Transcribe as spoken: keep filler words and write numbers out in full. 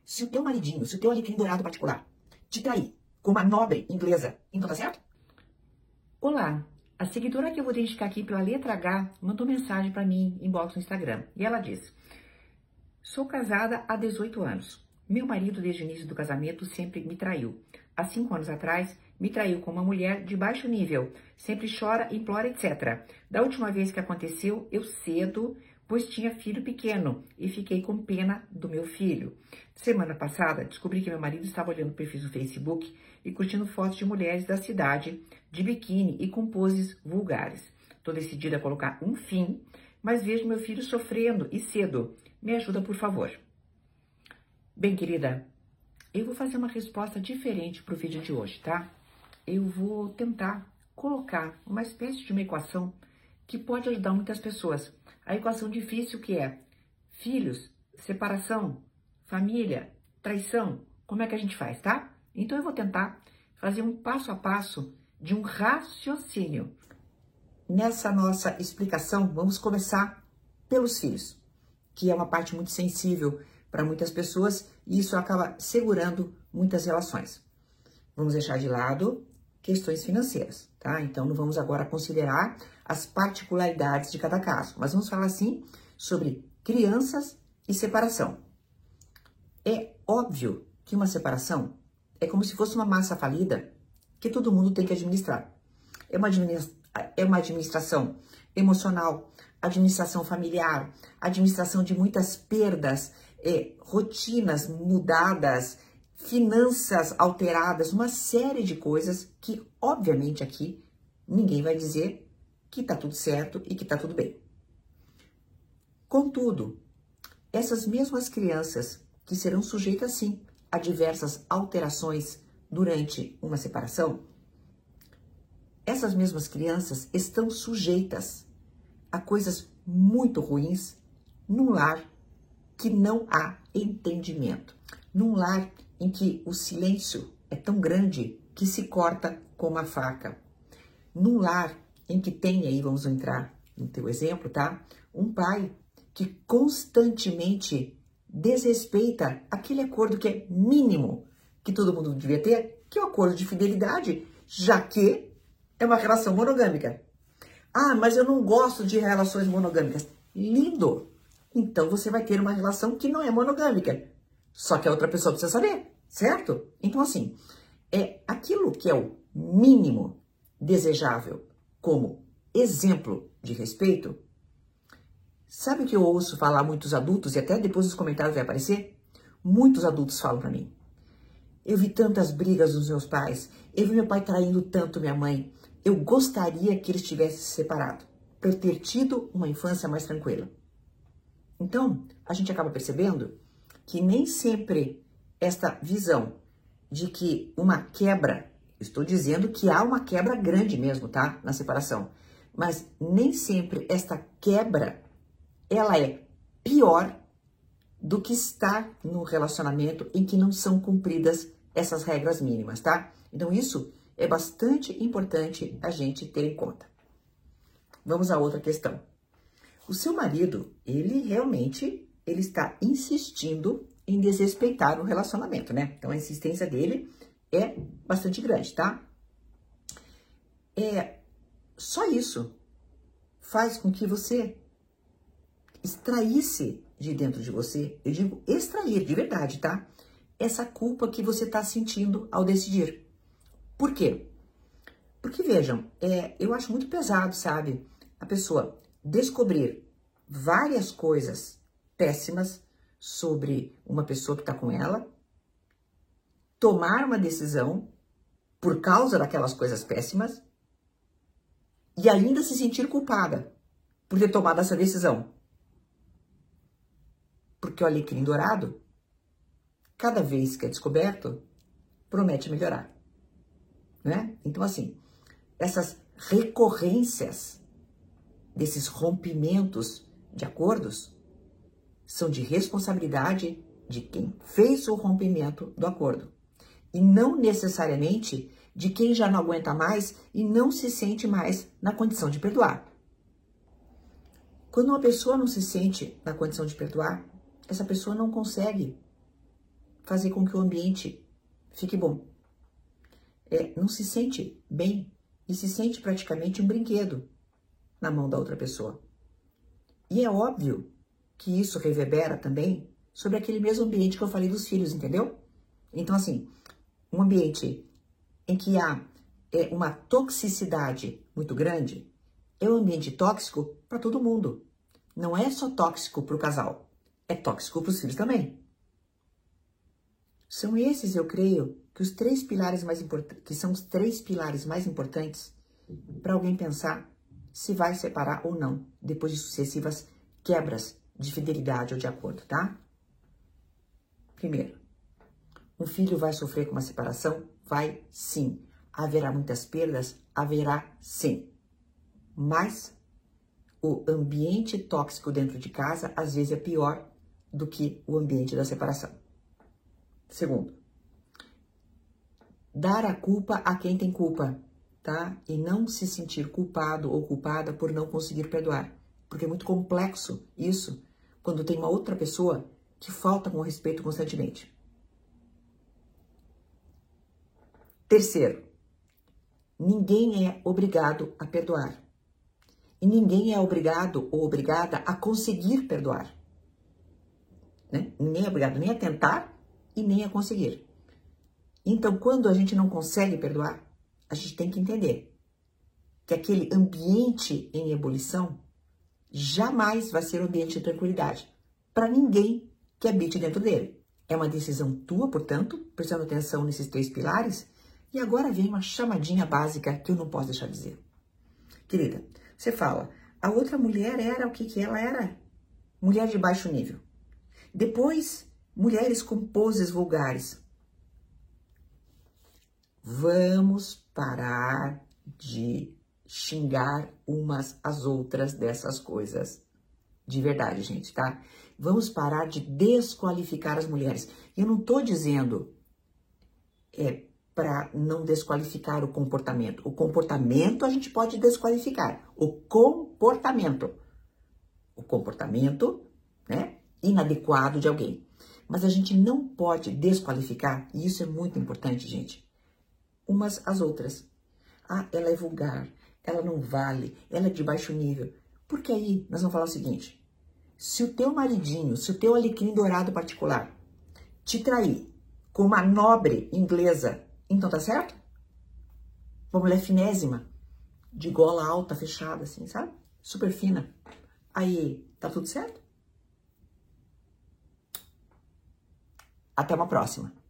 Se o teu maridinho, se o teu alecrim dourado particular te trair com uma nobre inglesa, então tá certo? Olá, a seguidora que eu vou identificar aqui pela letra H mandou mensagem para mim, inbox no Instagram. E ela diz: sou casada há dezoito anos. Meu marido, desde o início do casamento, sempre me traiu. Há cinco anos atrás, me traiu com uma mulher de baixo nível. Sempre chora, implora, etcétera. Da última vez que aconteceu, eu cedo, pois tinha filho pequeno e fiquei com pena do meu filho. Semana passada, descobri que meu marido estava olhando perfis no Facebook e curtindo fotos de mulheres da cidade, de biquíni e com poses vulgares. Estou decidida a colocar um fim, mas vejo meu filho sofrendo e cedo. Me ajuda, por favor. Bem, querida, eu vou fazer uma resposta diferente para o vídeo de hoje, tá? Eu vou tentar colocar uma espécie de uma equação que pode ajudar muitas pessoas. A equação difícil que é filhos, separação, família, traição. Como é que a gente faz, tá? Então eu vou tentar fazer um passo a passo de um raciocínio. Nessa nossa explicação, vamos começar pelos filhos, que é uma parte muito sensível para muitas pessoas e isso acaba segurando muitas relações. Vamos deixar de lado questões financeiras, tá? Então não vamos agora considerar as particularidades de cada caso, mas vamos falar assim sobre crianças e separação. É óbvio que uma separação é como se fosse uma massa falida que todo mundo tem que administrar. É uma, administra é uma administração emocional, administração familiar, administração de muitas perdas, é, rotinas mudadas, finanças alteradas, uma série de coisas que, obviamente, aqui ninguém vai dizer que tá tudo certo e que tá tudo bem. Contudo, essas mesmas crianças que serão sujeitas, sim, a diversas alterações durante uma separação, essas mesmas crianças estão sujeitas a coisas muito ruins num lar que não há entendimento, num lar em que o silêncio é tão grande que se corta com uma faca, num lar em que tem, aí vamos entrar no teu exemplo, tá? Um pai que constantemente desrespeita aquele acordo que é mínimo, que todo mundo devia ter, que é o acordo de fidelidade, já que é uma relação monogâmica. Ah, mas eu não gosto de relações monogâmicas. Lindo! Então você vai ter uma relação que não é monogâmica. Só que a outra pessoa precisa saber, certo? Então assim, é aquilo que é o mínimo desejável como exemplo de respeito. Sabe o que eu ouço falar muitos adultos, e até depois nos comentários vai aparecer? Muitos adultos falam pra mim. Eu vi tantas brigas dos meus pais, eu vi meu pai traindo tanto minha mãe. Eu gostaria que eles tivessem se separado, para eu ter tido uma infância mais tranquila. Então, a gente acaba percebendo que nem sempre esta visão de que uma quebra, estou dizendo que há uma quebra grande mesmo, tá? Na separação. Mas nem sempre esta quebra, ela é pior do que estar no relacionamento em que não são cumpridas essas regras mínimas, tá? Então isso é bastante importante a gente ter em conta. Vamos a outra questão. O seu marido, ele realmente, ele está insistindo em desrespeitar o relacionamento, né? Então a insistência dele é bastante grande, tá? É, só isso faz com que você extraísse de dentro de você, eu digo extrair de verdade, tá? Essa culpa que você está sentindo ao decidir. Por quê? Porque, vejam, é, eu acho muito pesado, sabe? A pessoa descobrir várias coisas péssimas sobre uma pessoa que está com ela, tomar uma decisão por causa daquelas coisas péssimas e ainda se sentir culpada por ter tomado essa decisão. Porque o alecrim dourado, cada vez que é descoberto, promete melhorar, né? Então, assim, essas recorrências desses rompimentos de acordos são de responsabilidade de quem fez o rompimento do acordo e não necessariamente de quem já não aguenta mais e não se sente mais na condição de perdoar. Quando uma pessoa não se sente na condição de perdoar, essa pessoa não consegue fazer com que o ambiente fique bom. É, não se sente bem e se sente praticamente um brinquedo na mão da outra pessoa. E é óbvio que isso reverbera também sobre aquele mesmo ambiente que eu falei dos filhos, entendeu? Então, assim, um ambiente em que há é, uma toxicidade muito grande é um ambiente tóxico para todo mundo. Não é só tóxico para o casal, é tóxico para os filhos também. São esses, eu creio, que os três pilares mais importantes, que são os três pilares mais importantes para alguém pensar se vai separar ou não, depois de sucessivas quebras de fidelidade ou de acordo, tá? Primeiro, um filho vai sofrer com uma separação? Vai sim. Haverá muitas perdas? Haverá sim. Mas o ambiente tóxico dentro de casa, às vezes, é pior do que o ambiente da separação. Segundo, dar a culpa a quem tem culpa, tá? E não se sentir culpado ou culpada por não conseguir perdoar. Porque é muito complexo isso quando tem uma outra pessoa que falta com respeito constantemente. Terceiro, ninguém é obrigado a perdoar. E ninguém é obrigado ou obrigada a conseguir perdoar. Né? Ninguém é obrigado nem a tentar e nem a conseguir. Então, quando a gente não consegue perdoar, a gente tem que entender que aquele ambiente em ebulição jamais vai ser um ambiente de tranquilidade para ninguém que habite dentro dele. É uma decisão tua, portanto, prestando atenção nesses três pilares. E agora vem uma chamadinha básica que eu não posso deixar de dizer. Querida, você fala, a outra mulher era o que que ela era? Mulher de baixo nível. Depois, mulheres com poses vulgares. Vamos parar de xingar umas às outras dessas coisas. De verdade, gente, tá? Vamos parar de desqualificar as mulheres. Eu não tô dizendo é, para não desqualificar o comportamento. O comportamento a gente pode desqualificar. O comportamento. O comportamento, né, inadequado de alguém. Mas a gente não pode desqualificar, e isso é muito importante, gente, umas às outras. Ah, ela é vulgar, ela não vale, ela é de baixo nível. Porque aí nós vamos falar o seguinte, se o teu maridinho, se o teu alecrim dourado particular te trair com uma nobre inglesa, então tá certo? Uma mulher finésima, de gola alta, fechada, assim, sabe? Super fina. Aí, tá tudo certo? Até uma próxima.